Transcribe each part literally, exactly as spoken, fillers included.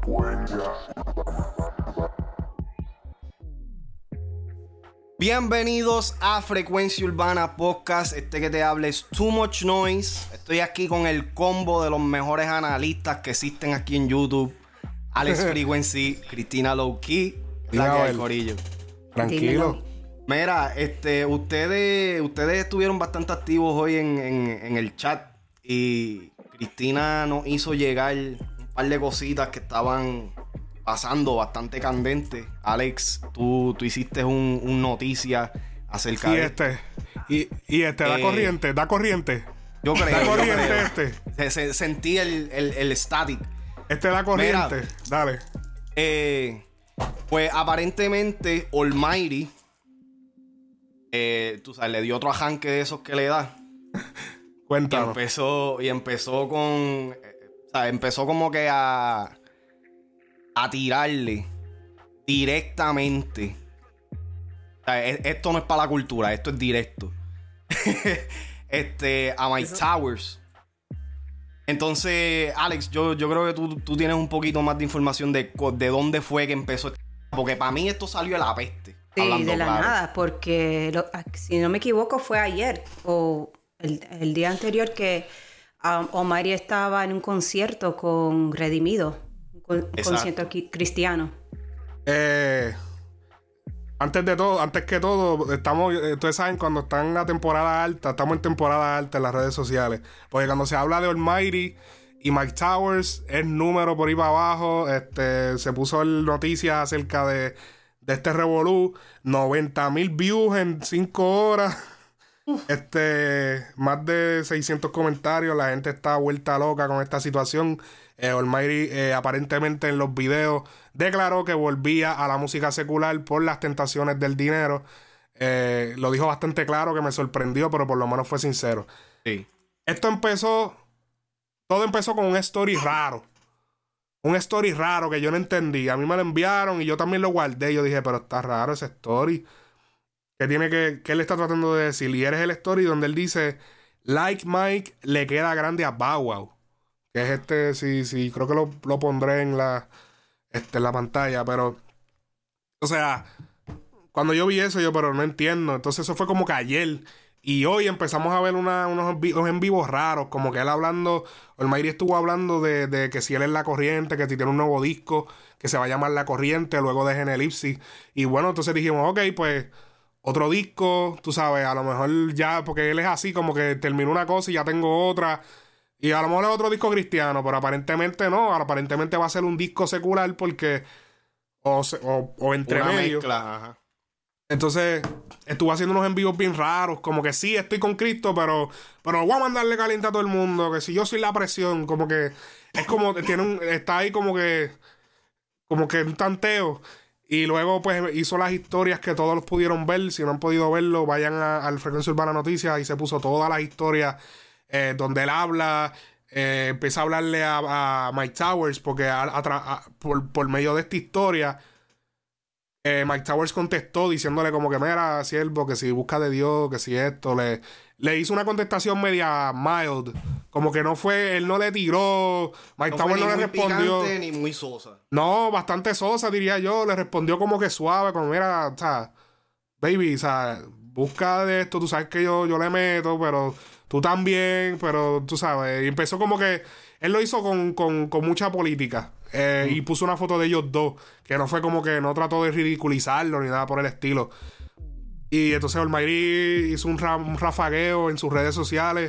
Bienvenidos a Frecuencia Urbana Podcast. Este que te habla es Too Much Noise. Estoy aquí con el combo de los mejores analistas que existen aquí en YouTube: Alex Frequency, Cristina Lowkey, la que hay, corillo. Tranquilo. Mira, este, ustedes, ustedes estuvieron bastante activos hoy en, en, en el chat y Cristina nos hizo llegar un par de cositas que estaban pasando bastante candentes. Alex, tú, tú hiciste un, un noticia acerca y de este y, y este da eh, corriente, da corriente. Yo creo. Da corriente yo creo. este. Se, se, sentí el, el, el static. Este da corriente. Mira, dale. Eh, pues aparentemente Almighty, eh, tú sabes, le dio otro arranque de esos que le da. Cuéntanos. Y empezó, y empezó con, eh, o sea, empezó como que a a tirarle directamente. O sea, esto no es para la cultura, esto es directo. este, a Mike Towers. Entonces, Alex, yo, yo creo que tú, tú tienes un poquito más de información de, de dónde fue que empezó. Porque para mí esto salió de la peste. Sí, de la claro. nada, porque lo, si no me equivoco fue ayer o el, el día anterior que um, Almighty estaba en un concierto con Redimido. Un concierto cristiano. Eh, antes de todo, antes que todo, estamos, ustedes saben, cuando están en la temporada alta, estamos en temporada alta en las redes sociales. Porque cuando se habla de Almighty y Mike Towers, es número por ahí para abajo. Este, se puso el noticia acerca de, de este revolú. noventa mil views en cinco horas. Este, más de seiscientos comentarios. La gente está vuelta loca con esta situación. Eh, Almighty eh, aparentemente en los videos declaró que volvía a la música secular por las tentaciones del dinero. Eh, lo dijo bastante claro, que me sorprendió, pero por lo menos fue sincero. Sí. Esto empezó, todo empezó con un story raro. Un story raro que yo no entendí. A mí me lo enviaron y yo también lo guardé. Yo dije, pero está raro ese story. ¿Qué tiene que, qué le está tratando de decir? Y eres el story donde él dice, like Mike le queda grande a Bow Wow. Que es este, sí, sí, creo que lo, lo pondré en la, este, en la pantalla, pero, o sea, cuando yo vi eso, yo, pero no entiendo. Entonces eso fue como que ayer. Y hoy empezamos a ver una, unos, unos en vivos raros, como que él hablando, Almighty estuvo hablando de, de que si él es La Corriente, que si tiene un nuevo disco, que se va a llamar La Corriente, luego de Genelipsis. Y bueno, entonces dijimos, ok, pues, otro disco, tú sabes, a lo mejor ya, porque él es así, como que terminó una cosa y ya tengo otra. Y a lo mejor es otro disco cristiano, pero aparentemente no. Aparentemente va a ser un disco secular porque... O, o, o entre una medio. Mezcla, ajá. Entonces, estuvo haciendo unos en vivos bien raros. Como que sí, estoy con Cristo, pero... Pero voy a mandarle caliente a todo el mundo. Que si yo soy la presión, como que... Es como... tiene un, está ahí como que... Como que un tanteo. Y luego, pues, hizo las historias que todos los pudieron ver. Si no han podido verlo, vayan al Frecuencia Urbana Noticias. Y se puso todas las historias... Eh, donde él habla, eh, empieza a hablarle a, a Mike Towers, porque a, a, a, por, por medio de esta historia, eh, Mike Towers contestó diciéndole como que, mira, siervo, que si busca de Dios, que si esto, le, le hizo una contestación media mild, como que no fue, él no le tiró, Mike no Towers no le respondió. Picante, ni muy sosa. No, bastante sosa, diría yo, le respondió como que suave, como, mira, o sea, baby, o sea, busca de esto, tú sabes que yo, yo le meto, pero... Tú también, pero tú sabes. Y empezó como que... Él lo hizo con, con, con mucha política. Eh, mm. Y puso una foto de ellos dos. Que no fue como que... No trató de ridiculizarlo ni nada por el estilo. Y entonces Almighty hizo un, ra, un rafagueo en sus redes sociales.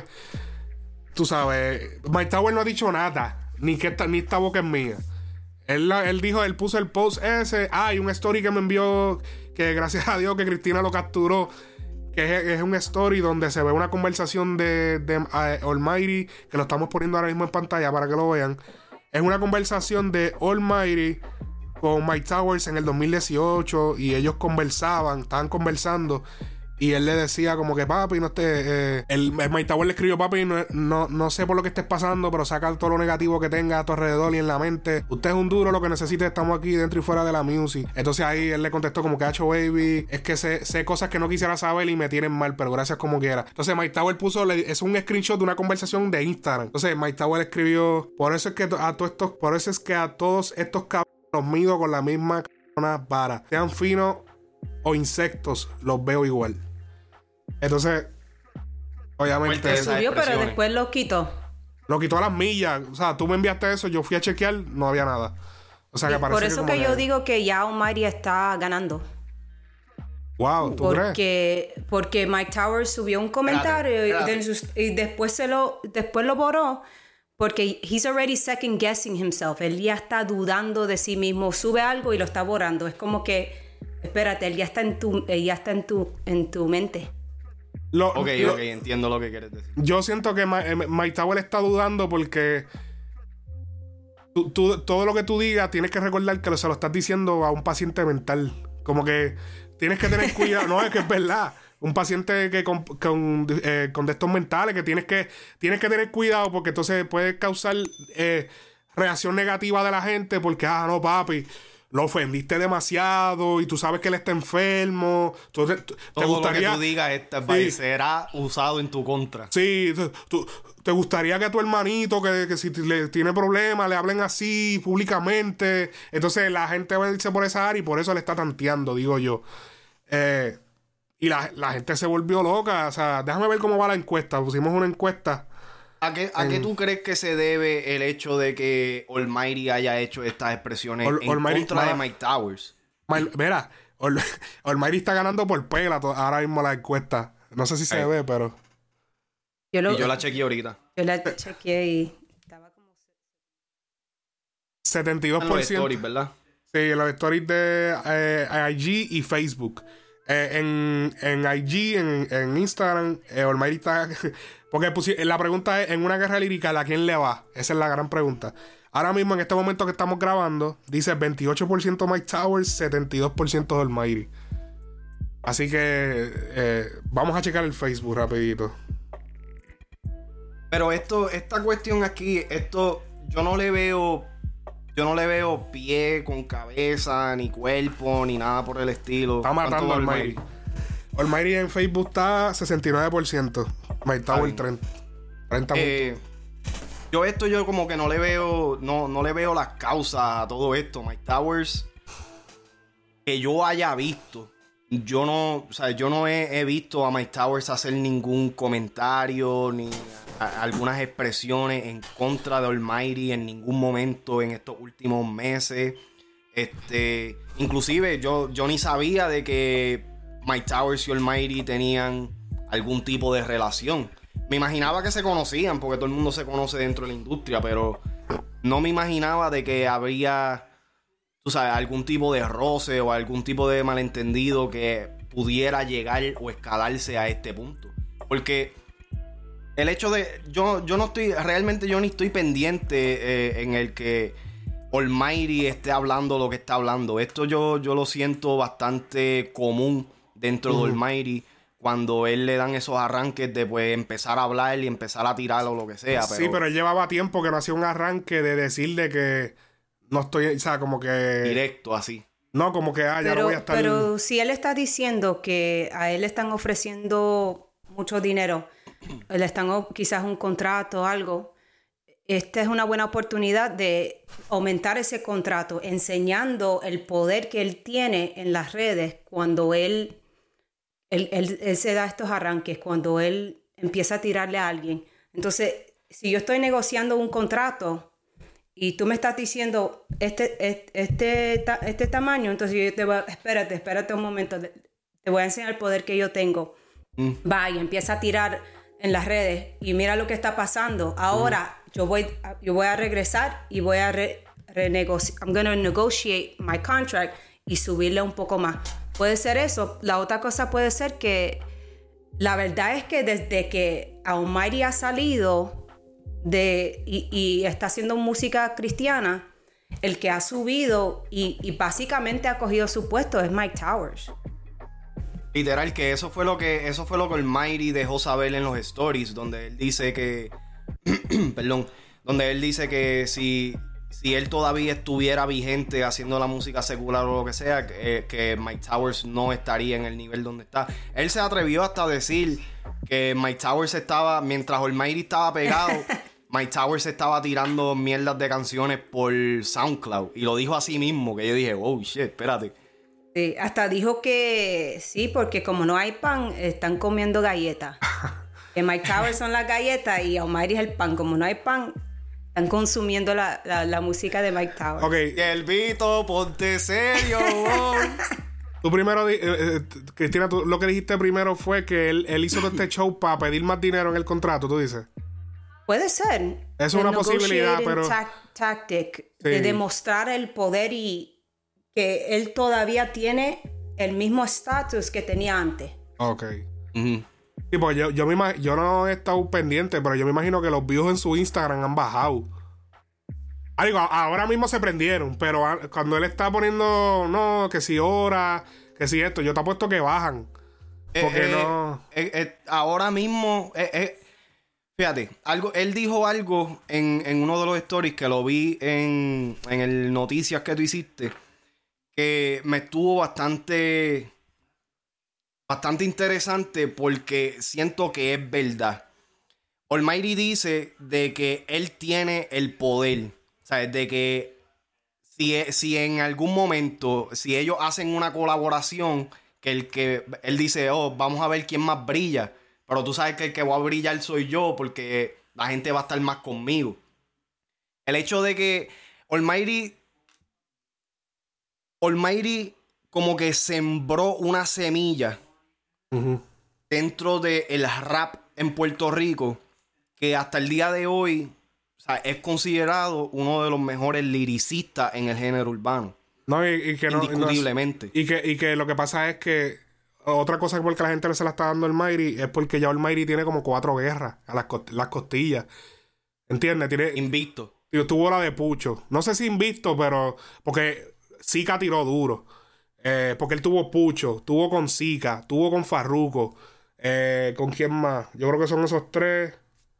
Tú sabes... Mike Tower no ha dicho nada. Ni que esta, ni esta boca es mía. Él, él dijo... Él puso el post ese. Ah, y un story que me envió... Que gracias a Dios que Cristina lo capturó... Que es, es un story donde se ve una conversación de, de uh, Almighty, que lo estamos poniendo ahora mismo en pantalla para que lo vean. Es una conversación de Almighty con Mike Towers en el dos mil dieciocho y ellos conversaban, estaban conversando Y él le decía como que papi, no esté... Eh, el, el Mike Tower le escribió, papi, no, no, no sé por lo que estés pasando, pero saca todo lo negativo que tenga a tu alrededor y en la mente. Usted es un duro, lo que necesite, estamos aquí dentro y fuera de la music. Entonces ahí él le contestó como que, hacho baby, es que sé, sé cosas que no quisiera saber y me tienen mal, pero gracias como quiera. Entonces Mike Tower puso, le, es un screenshot de una conversación de Instagram. Entonces Mike Tower escribió, por eso es que a todos estos, por eso es que a todos estos cabrones los mido con la misma cabrona vara. Sean finos o insectos, los veo igual. Entonces, obviamente... Lo subió, pero después lo quitó. Lo quitó a las millas. O sea, tú me enviaste eso, yo fui a chequear, no había nada. O sea, que parece por eso que, que yo digo que ya Almighty está ganando. Wow, ¿tú porque, crees? Porque Mike Towers subió un comentario espérate, espérate. Y, y después se lo después lo borró porque he's already second guessing himself. Él ya está dudando de sí mismo. Sube algo y lo está borrando. Es como que, espérate, él ya está en tu, él ya está en tu, en tu mente. Lo, ok, lo, ok, entiendo lo que quieres decir. Yo siento que Mike, Mike Tower está dudando porque tú, tú, todo lo que tú digas tienes que recordar que se lo estás diciendo a un paciente mental. Como que tienes que tener cuidado. No, es que es verdad. Un paciente que con, con, eh, con de estos mentales que tienes que tienes que tener cuidado porque entonces puede causar eh, reacción negativa de la gente porque, ah, no, papi, lo ofendiste demasiado y tú sabes que él está enfermo. Tú, te, te Todo gustaría, lo que tú digas este, sí, será usado en tu contra. Sí, tú, te gustaría que a tu hermanito, que, que si le tiene problemas, le hablen así públicamente. Entonces la gente va a irse por esa área y por eso le está tanteando, digo yo. Eh, y la, la gente se volvió loca. O sea, déjame ver cómo va la encuesta. Pusimos una encuesta. ¿A qué, a en... qué tú crees que se debe el hecho de que Almighty haya hecho estas expresiones All, en Almighty, contra de Mike Towers? Mal, mira, All, Almighty está ganando por pela ahora mismo la encuesta. No sé si se Ay. ve, pero... Yo, lo, y yo la chequeé ahorita. Yo la chequeé y estaba como... setenta y dos por ciento. En los stories, ¿verdad? Sí, en los stories de eh, I G y Facebook. Eh, en, en I G, en, en Instagram, eh, Almighty está... Porque pues, la pregunta es, en una guerra lírica, ¿a quién le va? Esa es la gran pregunta. Ahora mismo, en este momento que estamos grabando, dice veintiocho por ciento Mike Towers, setenta y dos por ciento de Almighty. Así que eh, vamos a checar el Facebook rapidito. Pero esto, esta cuestión aquí, esto, yo no le veo... Yo no le veo pie con cabeza, ni cuerpo, ni nada por el estilo. Está matando a Almighty. Almighty en Facebook está sesenta y nueve por ciento. Mike Tower treinta. treinta eh, yo esto yo como que no le veo, no, no le veo las causas a todo esto. Mike Towers, que yo haya visto, yo no, o sea, yo no he, he visto a Mike Towers hacer ningún comentario ni a, a algunas expresiones en contra de Almighty en ningún momento en estos últimos meses. Este, inclusive yo, yo ni sabía de que Mike Towers y Almighty tenían algún tipo de relación. Me imaginaba que se conocían porque todo el mundo se conoce dentro de la industria, pero no me imaginaba de que habría, tú sabes, algún tipo de roce o algún tipo de malentendido que pudiera llegar o escalarse a este punto. Porque el hecho de... Yo, yo no estoy... Realmente yo ni estoy pendiente eh, en el que Almighty esté hablando lo que está hablando. Esto yo, yo lo siento bastante común dentro uh-huh. de Almighty, cuando él le dan esos arranques de pues empezar a hablar y empezar a tirar o lo que sea. Pero... Sí, pero él llevaba tiempo que no hacía un arranque de decirle que no estoy, o sea, como que... Directo, así. No, como que, ah, ya pero, no voy a estar... Pero si él está diciendo que a él le están ofreciendo mucho dinero, le están quizás un contrato o algo, esta es una buena oportunidad de aumentar ese contrato, enseñando el poder que él tiene en las redes cuando él... Él, él, él se da estos arranques cuando él empieza a tirarle a alguien. Entonces, si yo estoy negociando un contrato y tú me estás diciendo este, este, este, este tamaño, entonces yo te voy a, espérate, espérate un momento, te voy a enseñar el poder que yo tengo. Mm. Va y empieza a tirar en las redes y mira lo que está pasando. Ahora mm. yo, voy, yo voy a regresar y voy a re, renegociar. I'm going to negotiate my contract y subirle un poco más. Puede ser eso. La otra cosa puede ser que la verdad es que desde que Almighty ha salido de, y, y está haciendo música cristiana, el que ha subido y, y básicamente ha cogido su puesto es Mike Towers. Literal, que eso fue lo que eso fue lo que Almighty dejó saber en los stories, donde él dice que perdón, donde él dice que si si él todavía estuviera vigente haciendo la música secular o lo que sea, que, que Mike Towers no estaría en el nivel donde está. Él se atrevió hasta a decir que Mike Towers estaba, mientras Almighty estaba pegado, Mike Towers estaba tirando mierdas de canciones por SoundCloud. Y lo dijo así mismo, que yo dije, oh shit, espérate. Sí, hasta dijo que sí, porque como no hay pan, están comiendo galletas. Que Mike Towers son las galletas y Almighty es el pan. Como no hay pan, están consumiendo la, la, la música de Mike Towers. Ok. El Vito, ponte serio. Oh. Tú primero, eh, eh, Cristina, tú, lo que dijiste primero fue que él, él hizo todo este show para pedir más dinero en el contrato, tú dices. Puede ser. Es una posibilidad, pero... Ta- tactic Sí. de demostrar el poder y que él todavía tiene el mismo estatus que tenía antes. Ok. Uh-huh. Sí, pues yo, yo, me imag- yo no he estado pendiente, pero yo me imagino que los views en su Instagram han bajado. Ah, digo, ahora mismo se prendieron, pero a- cuando él está poniendo, no, que si hora, que si esto, yo te apuesto que bajan. Porque Eh, eh, no... eh, eh, ahora mismo, eh, eh, fíjate, algo, él dijo algo en, en uno de los stories que lo vi en, en el noticias que tú hiciste, que me estuvo bastante, bastante interesante porque siento que es verdad. Almighty dice de que él tiene el poder, ¿sabes? De que si, si en algún momento, si ellos hacen una colaboración, que el que él dice, oh, vamos a ver quién más brilla, pero tú sabes que el que va a brillar soy yo porque la gente va a estar más conmigo. El hecho de que Almighty Almighty como que sembró una semilla Uh-huh. dentro del rap en Puerto Rico que hasta el día de hoy, o sea, es considerado uno de los mejores lyricistas en el género urbano. No, y, y que no... Indiscutiblemente. No, y, que, y que lo que pasa es que otra cosa por que la gente no se la está dando al Almighty es porque ya Almighty tiene como cuatro guerras a las, cost- las costillas. ¿Entiendes? Tiene, Invicto. tuvo la de Pucho. No sé si invicto, pero... Porque Zika tiró duro. Eh, porque él tuvo Pucho, tuvo con Zika, tuvo con Farruko. Eh, ¿Con quién más? Yo creo que son esos tres.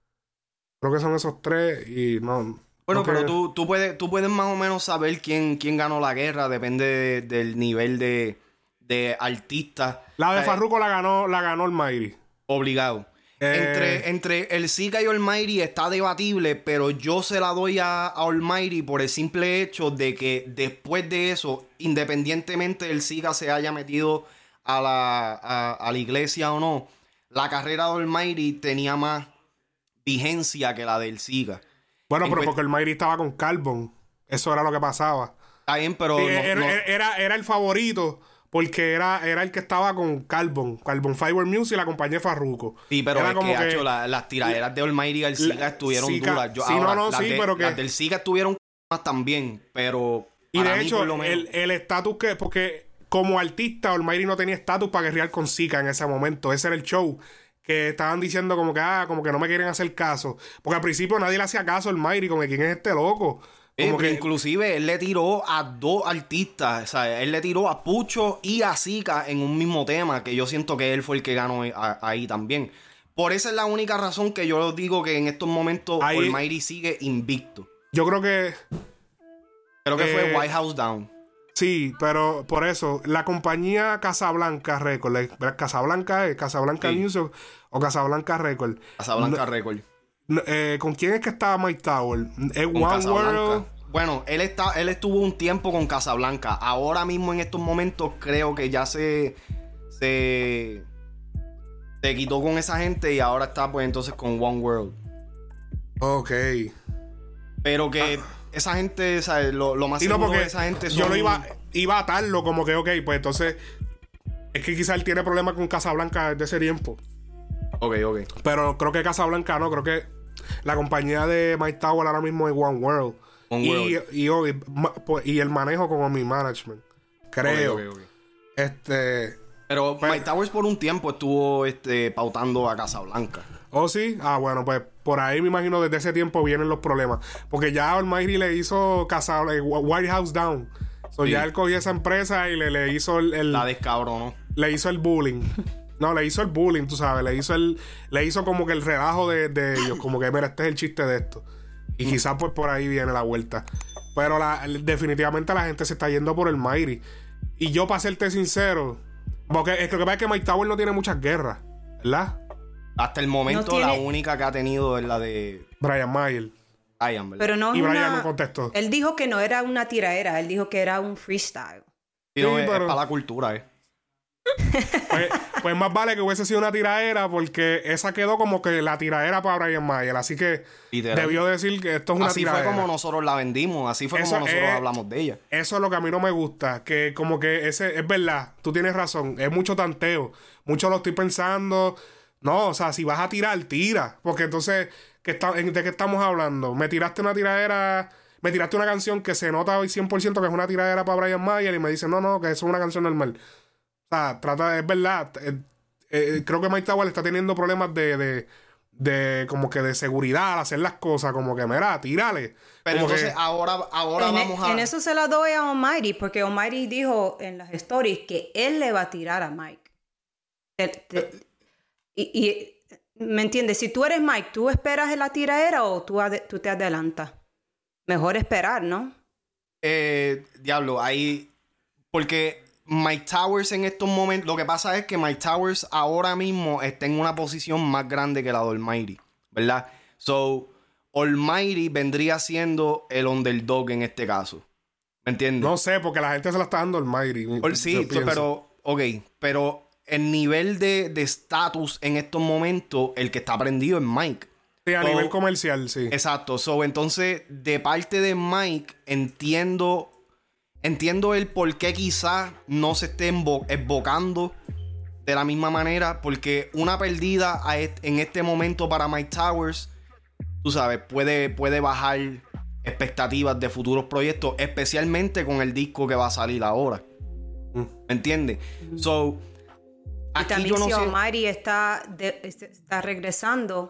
Creo que son esos tres y no... Bueno, no pero que... tú, tú, puedes, tú puedes más o menos saber quién, quién ganó la guerra. Depende de, del nivel de, de artista. La de Eh, Farruko la ganó, la ganó Almighty. Obligado. Eh. Entre, entre el Zika y Almighty está debatible, pero yo se la doy a, a Almighty por el simple hecho de que después de eso, independientemente del Zika se haya metido a la, a, a la iglesia o no, la carrera de Almighty tenía más vigencia que la del Zika. Bueno, En pero cuest- porque Almighty estaba con Carbon. Eso era lo que pasaba. Está bien, pero Sí, no- era, no- era, era- era el favorito porque era, era el que estaba con Carbon. Carbon Fiber Music y la compañía Farruko. Sí, pero Era es como que, que- hacho, la- las tiraderas de Almighty y el Zika La- estuvieron Zika- duras. Yo, sí, ahora, no, no, las sí, de- pero que- las del Zika estuvieron más también, pero Y para de mí, hecho, por lo menos, el el estatus que... Porque como artista, Almighty no tenía estatus para guerrear con Zika en ese momento. Ese era el show. Que estaban diciendo como que, ah, como que no me quieren hacer caso. Porque al principio nadie le hacía caso a Almighty. Como que, ¿quién es este loco? Eh, Como que... inclusive él le tiró a dos artistas, o sea, él le tiró a Pucho y a Zika en un mismo tema, que yo siento que él fue el que ganó a- ahí también. Por esa es la única razón que yo digo que en estos momentos Ahí- Almighty sigue invicto. Yo creo que... Creo que Eh, fue White House Down. Sí, pero por eso, la compañía Casablanca Record, la- Casablanca es Casablanca Sí. Music o Casablanca Record. Casablanca Record. No, eh, ¿Con quién es que estaba Mike Tower? ¿Es Con One Casablanca. World? Bueno, él está, él estuvo un tiempo con Casablanca. Ahora mismo en estos momentos creo que ya se se, se quitó con esa gente y ahora está pues entonces con One World. Ok. Pero que esa gente, ¿sabes? Lo, lo más Y no, seguro porque de esa gente son... yo lo iba, iba a atarlo como que, ok, pues entonces es que quizá él tiene problemas con Casablanca desde ese tiempo. Ok, ok. Pero creo que Casablanca no, creo que la compañía de Mike Tower ahora mismo es One World. One y, World. Y, y, y- ma- pues, y el manejo con mi management. Creo. Ok, ok, ok. Este. Pero Pues- Mike Towers por un tiempo estuvo este, pautando a Casablanca. ¿Oh, sí? Ah, bueno, pues por ahí me imagino desde ese tiempo vienen los problemas. Porque ya Almighty le hizo Casablanca, White House Down. So Sí. ya él cogió esa empresa y le, le hizo el, el- La descabronó. le hizo el bullying. No, le hizo el bullying, tú sabes. Le hizo el le hizo como que el relajo de, de ellos. Como que, mira, este es el chiste de esto. Y quizás pues por ahí viene la vuelta. Pero la, definitivamente la gente se está yendo por el Mighty. Y yo, para serte sincero, porque es que lo que pasa es que Mike Tower no tiene muchas guerras, ¿verdad? Hasta el momento no tiene... la única que ha tenido es la de Brian Mayer. Brian, ¿verdad? Pero no y es Brian una... no contestó. Él dijo que no era una tiraera, él dijo que era un freestyle. Sí, no, sí, es, pero... es para la cultura, eh. Pues, pues más vale que hubiese sido una tiraera, porque esa quedó como que la tiraera para Brian Mayer. Así que Literal. debió decir que esto es una así tiraera. Así fue como nosotros la vendimos, así fue eso como nosotros es, hablamos de ella. Eso es lo que a mí no me gusta. Que como que ese es verdad, tú tienes razón, es mucho tanteo. Mucho lo estoy pensando. No, o sea, si vas a tirar, tira. Porque entonces, ¿qué está, ¿de qué estamos hablando? Me tiraste una tiradera. Me tiraste una canción que se nota hoy cien por ciento que es una tiradera para Brian Mayer. Y me dice, no, no, que eso es una canción normal. O sea, trata, es verdad. Eh, eh, creo que Mike Tower está teniendo problemas de, de, de como que de seguridad al hacer las cosas. Como que, mira, tírale. Pero como entonces que, ahora, ahora en, vamos a... En eso se la doy a Almighty, porque Almighty dijo en las stories que él le va a tirar a Mike. Te, te, y, y, ¿me entiendes? Si tú eres Mike, ¿tú esperas en la tiraera o tú, ade, tú te adelantas? Mejor esperar, ¿no? Eh, diablo, ahí... Porque... Mike Towers en estos momentos... Lo que pasa es que Mike Towers ahora mismo está en una posición más grande que la de Almighty, ¿verdad? So, Almighty vendría siendo el underdog en este caso. ¿Me entiendes? No sé, porque la gente se la está dando Almighty. Sí, pero... Ok, pero el nivel de estatus en estos momentos, el que está prendido es Mike. Sí, a so, nivel comercial, sí. Exacto. So, entonces, de parte de Mike, entiendo... Entiendo el por qué quizás no se esté evocando de la misma manera, porque una perdida a est- en este momento para Mike Towers, tú sabes, puede, puede bajar expectativas de futuros proyectos, especialmente con el disco que va a salir ahora. ¿Me entiendes? Mm-hmm. So, y también yo no si sé... Almighty está, de, está regresando,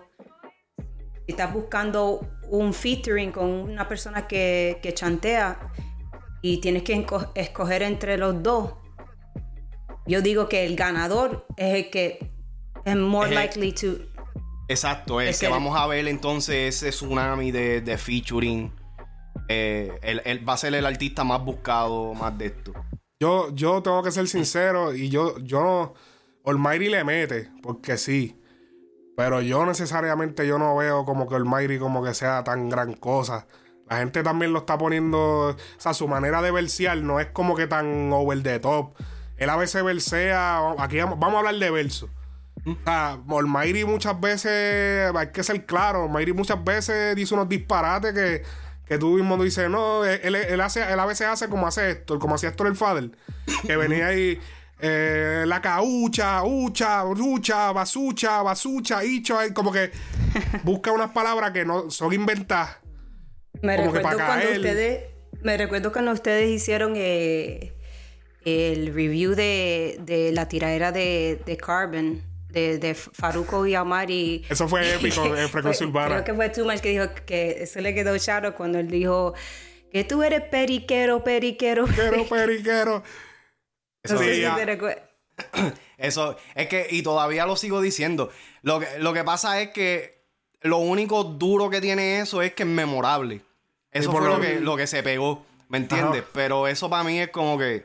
está buscando un featuring con una persona que, que chantea, y tienes que escoger entre los dos. Yo digo que el ganador es el que es more es likely to... Exacto, es que el... vamos a ver entonces ese tsunami de, de featuring. Eh, él, él va a ser el artista más buscado, más de esto. Yo, yo tengo que ser sincero, y yo, yo Almighty le mete, porque sí. Pero yo necesariamente yo no veo como que Almighty como que sea tan gran cosa. La gente también lo está poniendo... O sea, su manera de versear no es como que tan over the top. Él a veces versea... Aquí vamos, vamos a hablar de verso. O sea, Almighty muchas veces... Hay que ser claro. Almighty muchas veces dice unos disparates que... Que tú mismo dices... No, él, él, hace, él a veces hace como hace esto. Como hacía Héctor el Father. Que venía ahí... Eh, la caucha, ucha, rucha, basucha, basucha, hicho... Como que... Busca unas palabras que no son inventadas. Me recuerdo, cuando ustedes, me recuerdo cuando ustedes hicieron eh, el review de, de la tiradera de, de Carbon, de, de Farruko y Almighty. Eso fue épico en Frecuencia Urbana. Creo que fue Too Much que dijo que eso le quedó charo cuando él dijo que tú eres periquero, periquero. Periquero, periquero. Eso, no sé sí, si te recuerdas. Eso, es que, y todavía lo sigo diciendo. Lo que, lo que pasa es que lo único duro que tiene eso es que es memorable. Eso fue lo que, lo que se pegó, ¿me entiendes? Ajá. Pero eso para mí es como que...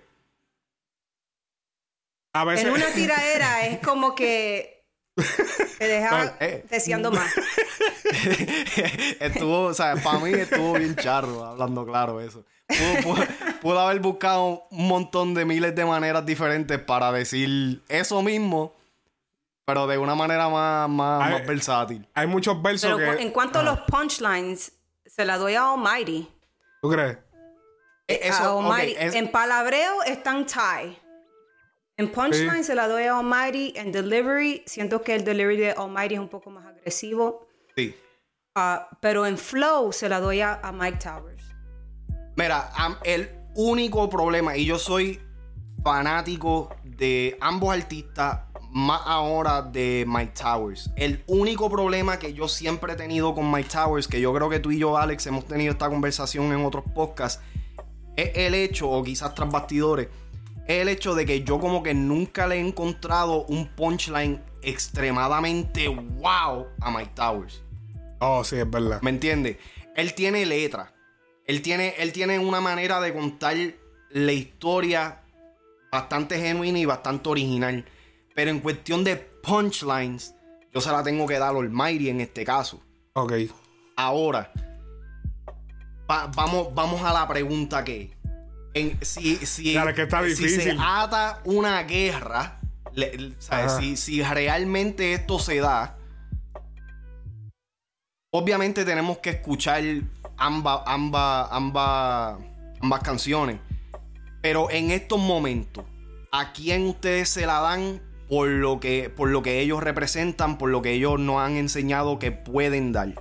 A veces... En una tiraera es como que te deja eh. deseando más. Estuvo, o sea, para mí estuvo bien charro, hablando claro eso. Pudo, pudo, pudo haber buscado un montón de miles de maneras diferentes para decir eso mismo, pero de una manera más, más, hay, más versátil. Hay muchos versos pero que... en cuanto ah. a los punchlines... Se la doy a Almighty. ¿Tú crees? Eso, a Almighty. Okay, es... En palabreo están tie. En punchline sí. Se la doy a Almighty. En delivery, siento que el delivery de Almighty es un poco más agresivo. Sí. Uh, pero en flow se la doy a, a Mike Towers. Mira, um, el único problema, y yo soy fanático de ambos artistas, más ahora de Mike Towers. El único problema que yo siempre he tenido con Mike Towers, que yo creo que tú y yo, Alex, hemos tenido esta conversación en otros podcasts, es el hecho, o quizás tras bastidores, es el hecho de que yo como que nunca le he encontrado un punchline extremadamente wow a Mike Towers. Oh, sí, es verdad. ¿Me entiendes? Él tiene letra. Él tiene, él tiene una manera de contar la historia bastante genuina y bastante original. Pero en cuestión de punchlines, yo se la tengo que dar a Almighty en este caso. Ok. Ahora, va, vamos, vamos a la pregunta que... En, si, si, claro, que está difícil. Si se ata una guerra, le, ¿sabes? Si, si realmente esto se da, obviamente tenemos que escuchar ambas, ambas, ambas, ambas canciones. Pero en estos momentos, ¿a quién ustedes se la dan por lo que, por lo que ellos representan, por lo que ellos nos han enseñado que pueden dar?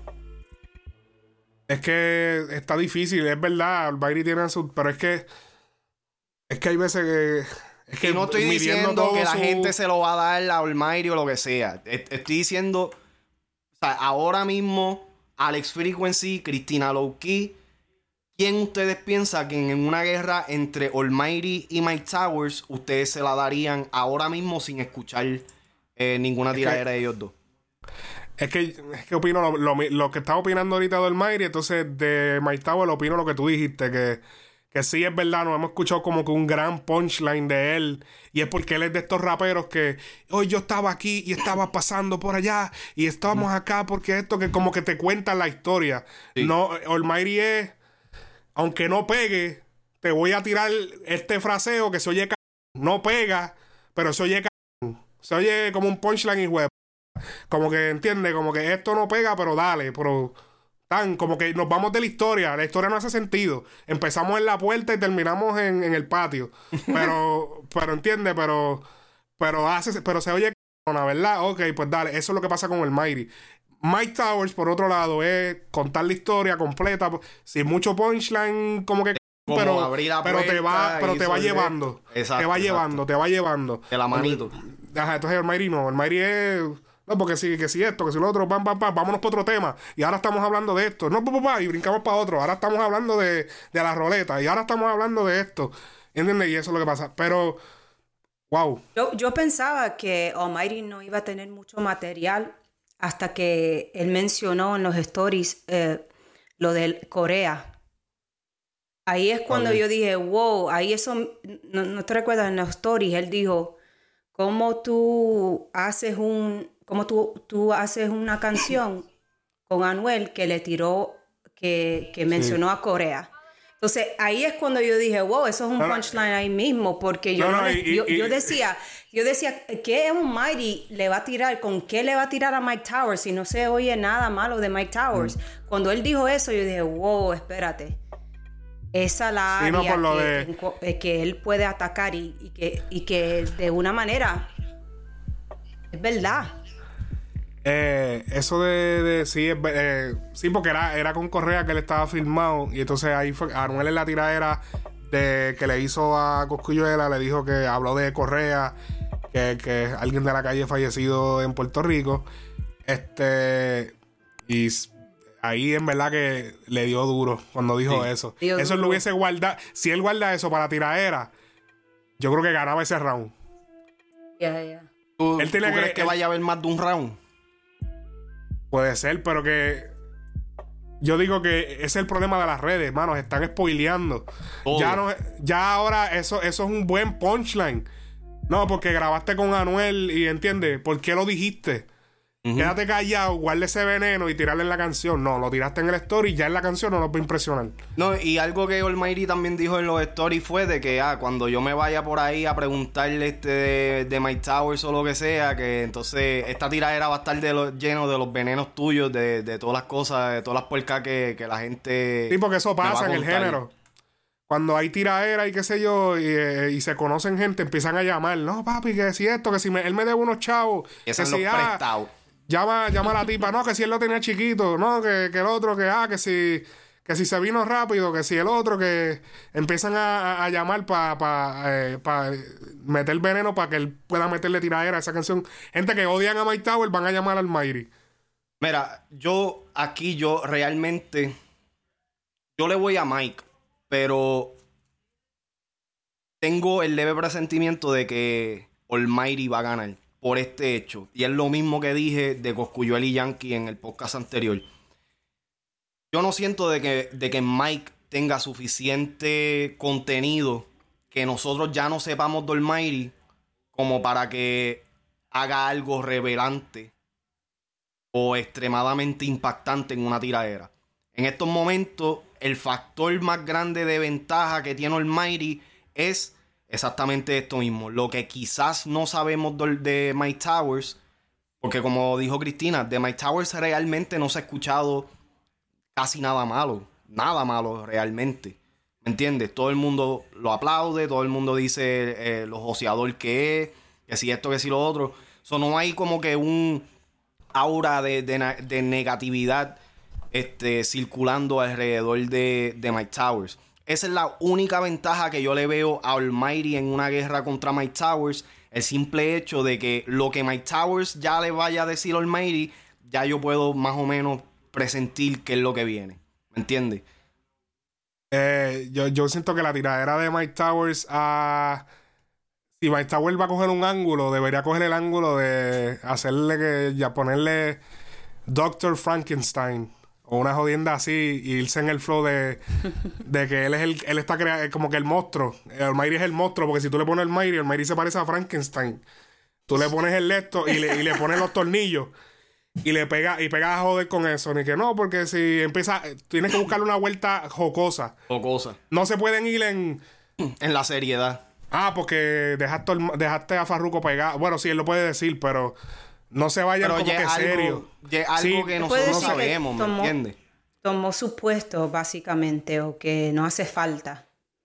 Es que está difícil, es verdad. Almighty tiene su... Pero es que... Es que hay veces que... Es que y no estoy diciendo que la su... gente se lo va a dar a Almighty o lo que sea. Estoy diciendo... O sea, ahora mismo, Alex Frequency, Cristina Low-Key... ¿Quién ustedes piensan que en una guerra entre Almighty y Mike Towers... ustedes se la darían ahora mismo sin escuchar eh, ninguna tiradera de ellos dos? Es que, es que opino lo, lo, lo que estaba opinando ahorita de Almighty. Entonces de Mike Towers opino lo que tú dijiste, que, que sí es verdad, nos hemos escuchado como que un gran punchline de él, y es porque él es de estos raperos que hoy yo estaba aquí y estaba pasando por allá y estábamos acá porque esto, que como que te cuentan la historia. Sí. No, Almighty es, aunque no pegue, te voy a tirar este fraseo que se oye c... no pega, pero se oye c... se oye como un punchline y web. Como que, entiende, como que esto no pega, pero dale, pero tan, como que nos vamos de la historia. La historia no hace sentido. Empezamos en la puerta y terminamos en, en el patio. Pero, pero entiende, pero, pero hace, pero se oye, ¿verdad? Ok, pues dale, eso es lo que pasa con el Almighty. Mike Towers, por otro lado, es contar la historia completa, sin mucho punchline, como que como pero, pero te va, pero te va llevando. Exacto, te va exacto. llevando, te va llevando. De la manito. Ajá, entonces el Almighty no, el Almighty es... No, porque si, que si esto, que si lo otro, pam, pam, pam, vámonos para otro tema. Y ahora estamos hablando de esto. No, pam, pam, y brincamos para otro. Ahora estamos hablando de, de la roleta. Y ahora estamos hablando de esto. ¿Entiendes? Y eso es lo que pasa. Pero, wow. Yo, yo pensaba que Almighty no iba a tener mucho material hasta que él mencionó en los stories eh, lo de Corea. Ahí es cuando okay. yo dije, wow, ahí eso, no, no te recuerdas en los stories, él dijo, ¿cómo tú haces un... Como tú, tú haces una canción con Anuel que le tiró, que, que mencionó sí. a Corea. Entonces, ahí es cuando yo dije, wow, eso es un punchline ahí mismo, porque yo, no, no, y, yo, y, yo decía, yo decía, ¿qué Almighty le va a tirar? ¿Con qué le va a tirar a Mike Towers? Si no se oye nada malo de Mike Towers. Mm. Cuando él dijo eso, yo dije, wow, espérate. Esa la sí, área no, por lo que, de... que él puede atacar y, y, que, y que de una manera es verdad. Eh, eso de, de sí, eh, sí, porque era, era con Correa que él estaba filmado. Y entonces ahí fue Anuel en la tiradera de que le hizo a Cosculluela, le dijo que habló de Correa, que, que alguien de la calle fallecido en Puerto Rico. Este, y ahí en verdad que le dio duro cuando dijo sí, eso. Eso duro. Lo hubiese guardado. Si él guarda eso para la tiradera, yo creo que ganaba ese round. Ya, yeah, ya. Yeah. ¿Tú, ¿tú crees que, que él, vaya a haber más de un round? Puede ser, pero que yo digo que ese es el problema de las redes, hermanos, están spoileando. Oh. Ya no, ya ahora eso, eso es un buen punchline. No, porque grabaste con Anuel y entiendes, ¿por qué lo dijiste? Uh-huh. Quédate callado, guarda ese veneno y tirarle en la canción. No, lo tiraste en el story y ya en la canción no nos va a impresionar. No, y algo que Almighty también dijo en los stories fue de que ah, cuando yo me vaya por ahí a preguntarle este de, de Mike Towers o lo que sea, que entonces esta tiradera va a estar de lo, lleno de los venenos tuyos, de, de todas las cosas, de todas las puercas que, que la gente... Sí, porque eso pasa en el género. Cuando hay tiradera y qué sé yo, y, eh, y se conocen gente, empiezan a llamar. No, papi, que si esto, que si me, él me debe unos chavos. Y eso que es si, los ah, prestados. Llama, llama a la tipa, no, que si él lo tenía chiquito, no, que, que el otro, que ah, que si, que si se vino rápido, que si el otro, que empiezan a, a, a llamar para pa, eh, pa meter veneno para que él pueda meterle tiradera a esa canción. Gente que odian a Mike Towers van a llamar al Almighty. Mira, yo aquí, yo realmente, yo le voy a Mike, pero tengo el leve presentimiento de que Almighty va a ganar por este hecho. Y es lo mismo que dije de Cosculluel y Yankee en el podcast anterior. Yo no siento de que, de que Mike tenga suficiente contenido que nosotros ya no sepamos de Almighty como para que haga algo revelante o extremadamente impactante en una tiradera. En estos momentos, el factor más grande de ventaja que tiene Almighty es exactamente esto mismo. Lo que quizás no sabemos de, de Mike Towers, porque como dijo Cristina, de Mike Towers realmente no se ha escuchado casi nada malo. Nada malo realmente. ¿Me entiendes? Todo el mundo lo aplaude, todo el mundo dice eh, lo joseador que es, que si esto, que si lo otro. So, no hay como que un aura de, de, de negatividad este, circulando alrededor de, de Mike Towers. Esa es la única ventaja que yo le veo a Almighty en una guerra contra Mike Towers. El simple hecho de que lo que Mike Towers ya le vaya a decir a Almighty, ya yo puedo más o menos presentir qué es lo que viene. ¿Me entiendes? Eh, yo, yo siento que la tiradera de Mike Towers a... Si Mike Towers va a coger un ángulo, debería coger el ángulo de hacerle que... Ya ponerle doctor Frankenstein o una jodienda así y irse en el flow de, de que él es el... Él está creando como que el monstruo. El Almighty es el monstruo, porque si tú le pones el Almighty, el Almighty se parece a Frankenstein. Tú le pones el lecto y le, y le pones los tornillos. Y le pega, y pega a joder con eso. Ni que no, porque si empieza, tienes que buscarle una vuelta jocosa. Jocosa. No se pueden ir en... En la seriedad. Ah, porque dejaste, dejaste a Farruko pegado. Bueno, sí, él lo puede decir, pero no se vayan pero como que algo, serio. Ya algo sí, que nosotros no sabemos, ¿me tomó, entiendes? Tomó su puesto, básicamente, o que no hace falta.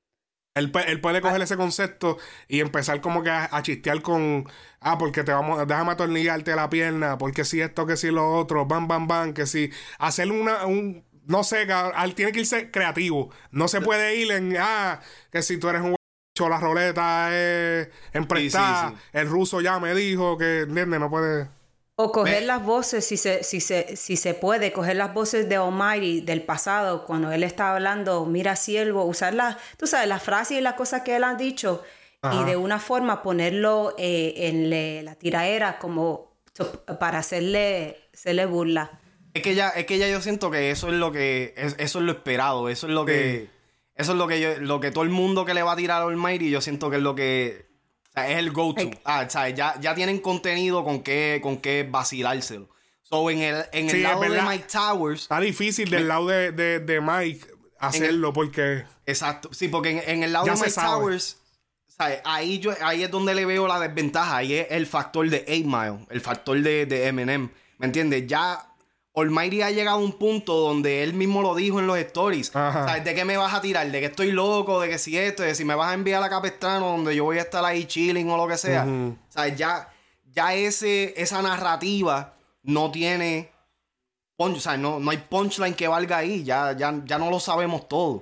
Él, él puede coger ese concepto y empezar como que a, a chistear con... Ah, porque te vamos... Déjame atornillarte la pierna. Porque si esto, que si lo otro. Bam, bam, bam. Que si... Hacer una... Un, no sé, él tiene que irse creativo. No se puede ir en... Ah, que si tú eres un... La roleta es emprestada. Sí, sí, sí. El ruso ya me dijo que... ¿Entiendes? No puede... O coger las voces, si se, si, se, si se puede, coger las voces de Almighty del pasado, cuando él estaba hablando, mira siervo, usar las, tú sabes, las frases y las cosas que él ha dicho, ajá, y de una forma ponerlo eh, en le, la tiraera como to, para hacerle, hacerle burla. Es que ya, es que ya yo siento que eso es lo que, es, eso es lo esperado, eso es lo que, sí. eso es lo que yo, lo que todo el mundo que le va a tirar a Almighty, yo siento que es lo que... O sea, es el go-to. Ah, ¿sabes? Ya, ya tienen contenido con qué, con qué vacilárselo. So, en el, en el sí, lado de Mike Towers... Está difícil del me, lado de, de, de Mike hacerlo, el, porque... Exacto. Sí, porque en, en el lado de Mike sabe. Towers... ¿Sabes? Ahí, yo, ahí es donde le veo la desventaja. Ahí es el factor de eight mile. El factor de, de Eminem. ¿Me entiendes? Ya... Almighty ha llegado a un punto donde él mismo lo dijo en los stories. ¿Sabes? ¿De qué me vas a tirar? ¿De que estoy loco? ¿De que si esto? ¿De si me vas a enviar a Capestrano donde yo voy a estar ahí chilling o lo que sea? Uh-huh. ¿Sabes? Ya, ya ese, esa narrativa no tiene... Punch, ¿sabes? No, no hay punchline que valga ahí. Ya, ya, ya no lo sabemos todo.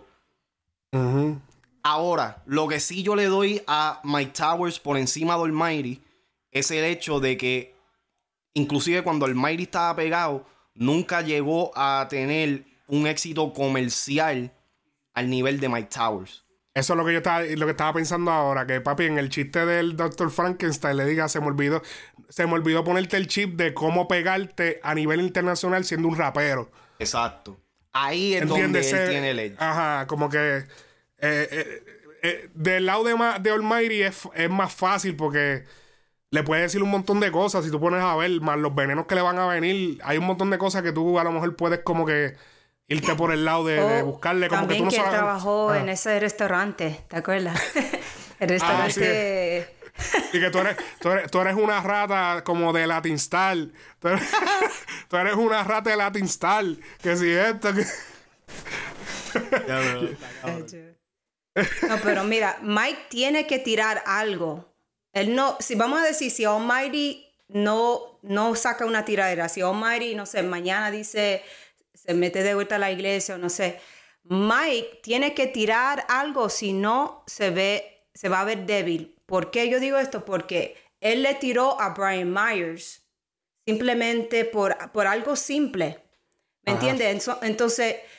Uh-huh. Ahora, lo que sí yo le doy a Mike Towers por encima de Almighty es el hecho de que inclusive cuando Almighty estaba pegado... Nunca llegó a tener un éxito comercial al nivel de Mike Towers. Eso es lo que yo estaba, lo que estaba pensando ahora. Que papi, en el chiste del doctor Frankenstein le diga, se me olvidó, se me olvidó ponerte el chip de cómo pegarte a nivel internacional siendo un rapero. Exacto. Ahí es ¿entiendes? Donde él tiene el edge. Ajá, como que eh, eh, eh, del lado de, de Almighty es, es más fácil porque... Le puedes decir un montón de cosas. Si tú pones a ver, más los venenos que le van a venir, hay un montón de cosas que tú a lo mejor puedes como que irte por el lado de, oh, de buscarle. Como que tú no que sabes. También que trabajó ah. en ese restaurante, ¿te acuerdas? El restaurante... Ah, sí. Y que tú eres, tú, eres, tú eres una rata como de Latin Star. Tú eres, tú eres una rata de Latin Star. Que si esto... Que... No, pero mira, Mike tiene que tirar algo. Él no, si vamos a decir, si Almighty no, no saca una tiradera, si Almighty, no sé, mañana dice, se mete de vuelta a la iglesia o no sé, Mike tiene que tirar algo, si no se ve, se va a ver débil. ¿Por qué yo digo esto? Porque él le tiró a Brian Myers simplemente por, por algo simple. ¿Me entiendes? Entonces,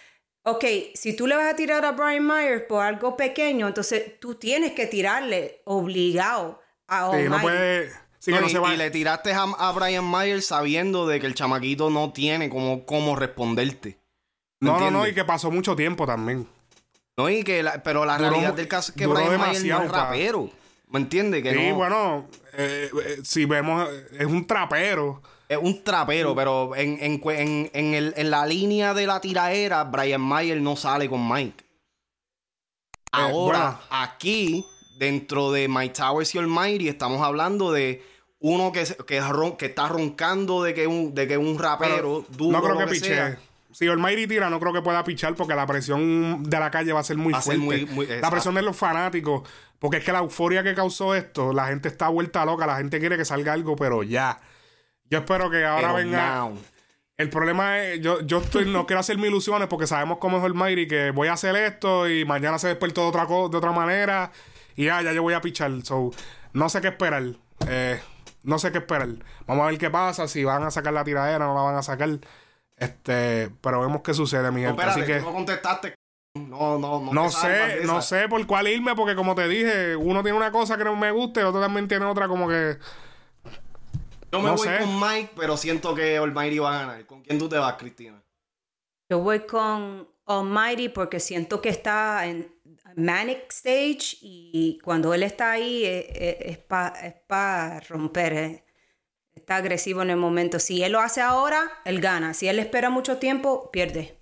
Ok, si tú le vas a tirar a Brian Myers por algo pequeño, entonces tú tienes que tirarle obligado a Almighty. Sí, no puede... Sí, no, que no y, se va... y le tiraste a, a Brian Myers sabiendo de que el chamaquito no tiene cómo, cómo responderte. No, no, no, y que pasó mucho tiempo también. No, y que la, pero la duró, realidad del caso es que Brian Myers no es rapero. ¿Me entiendes? Que sí, no, bueno, eh, eh, si vemos, es un trapero. Es un trapero, sí. Pero en, en, en, en, el, en la línea de la tiraera, Brian Myers no sale con Mike. Ahora, eh, bueno. aquí, dentro de Mike Towers y Almighty, estamos hablando de uno que, que, ron, que está roncando de que un, de que un rapero duro. No creo que, que piche. Si Almighty tira, no creo que pueda pichar porque la presión de la calle va a ser muy va fuerte. Ser muy, muy, la presión de los fanáticos. Porque es que la euforia que causó esto, la gente está vuelta loca, la gente quiere que salga algo, pero ya. Yo espero que ahora pero venga. Now. El problema es, yo, yo estoy, no quiero hacerme ilusiones porque sabemos cómo es Almighty, que voy a hacer esto y mañana se despierta de otra, de otra manera y ya, ya yo voy a pichar. So, no sé qué esperar. Eh, no sé qué esperar. Vamos a ver qué pasa, si van a sacar la tiradera, no la van a sacar. Este, pero vemos qué sucede, mi gente. No, espérate, así que no contestaste. No, no, no. No sé, no sé por cuál irme, porque como te dije, uno tiene una cosa que no me gusta y otro también tiene otra como que. Yo me no voy sé. con Mike, pero siento que Almighty va a ganar. ¿Con quién tú te vas, Cristina? Yo voy con Almighty porque siento que está en Manic Stage y cuando él está ahí es, es, es para es pa romper. Eh. Está agresivo en el momento. Si él lo hace ahora, él gana. Si él espera mucho tiempo, pierde.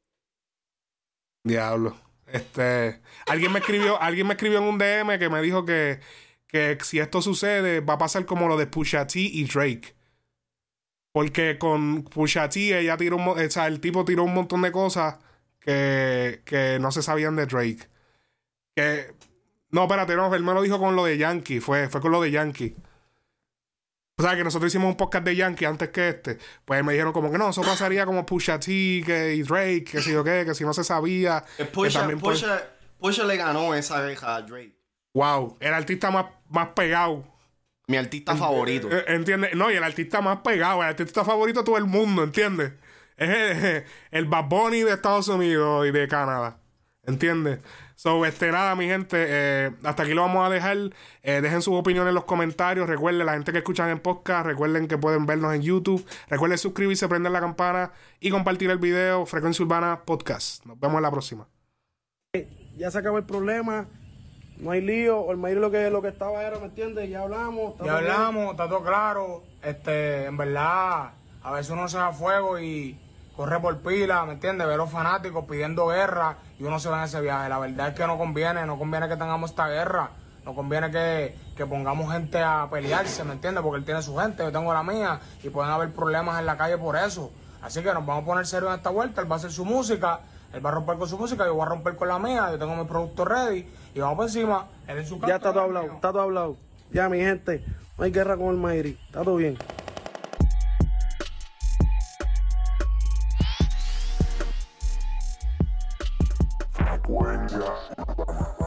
Diablo. Este, alguien me escribió, alguien me escribió en un D M que me dijo que, que si esto sucede va a pasar como lo de Pusha T y Drake. Porque con Pusha T ella tiró un, o sea, el tipo tiró un montón de cosas que, que no se sabían de Drake. Que no, espérate, no, él me lo dijo con lo de Yankee, fue, fue con lo de Yankee. O sea, que nosotros hicimos un podcast de Yankee antes que este. Pues me dijeron como que no, eso pasaría como Pusha T que, y Drake, que si o qué, que si no se sabía. Pusha, también Pusha, pues... Pusha le ganó esa vieja a Drake. Wow, el artista más, más pegado. Mi artista Ent favorito. ¿Entiendes? No, y el artista más pegado. El artista favorito de todo el mundo, ¿entiendes? Es el, el Bad Bunny de Estados Unidos y de Canadá. ¿Entiendes? So, este, nada, mi gente, eh, hasta aquí lo vamos a dejar. Eh, dejen sus opiniones en los comentarios. Recuerden, la gente que escuchan en podcast, recuerden que pueden vernos en YouTube. Recuerden suscribirse, prender la campana y compartir el video. Frecuencia Urbana Podcast. Nos vemos en la próxima. Ya se acabó el problema. No hay lío. Almighty lo que, lo que estaba era, ¿me entiendes? Ya hablamos. Ya hablamos, está todo claro. Este, en verdad, a veces uno se da fuego y corre por pila, ¿me entiendes? Ver a los fanáticos pidiendo guerra y uno se va en ese viaje. La verdad es que no conviene, no conviene que tengamos esta guerra. No conviene que, que pongamos gente a pelearse, ¿me entiendes? Porque él tiene su gente, yo tengo la mía y pueden haber problemas en la calle por eso. Así que nos vamos a poner serios en esta vuelta. Él va a hacer su música, él va a romper con su música, yo voy a romper con la mía. Yo tengo mi producto ready y vamos por encima. Él en su ya está todo hablado, está todo hablado. Ya, mi gente, no hay guerra con Almighty. Está todo bien. Frecuencia.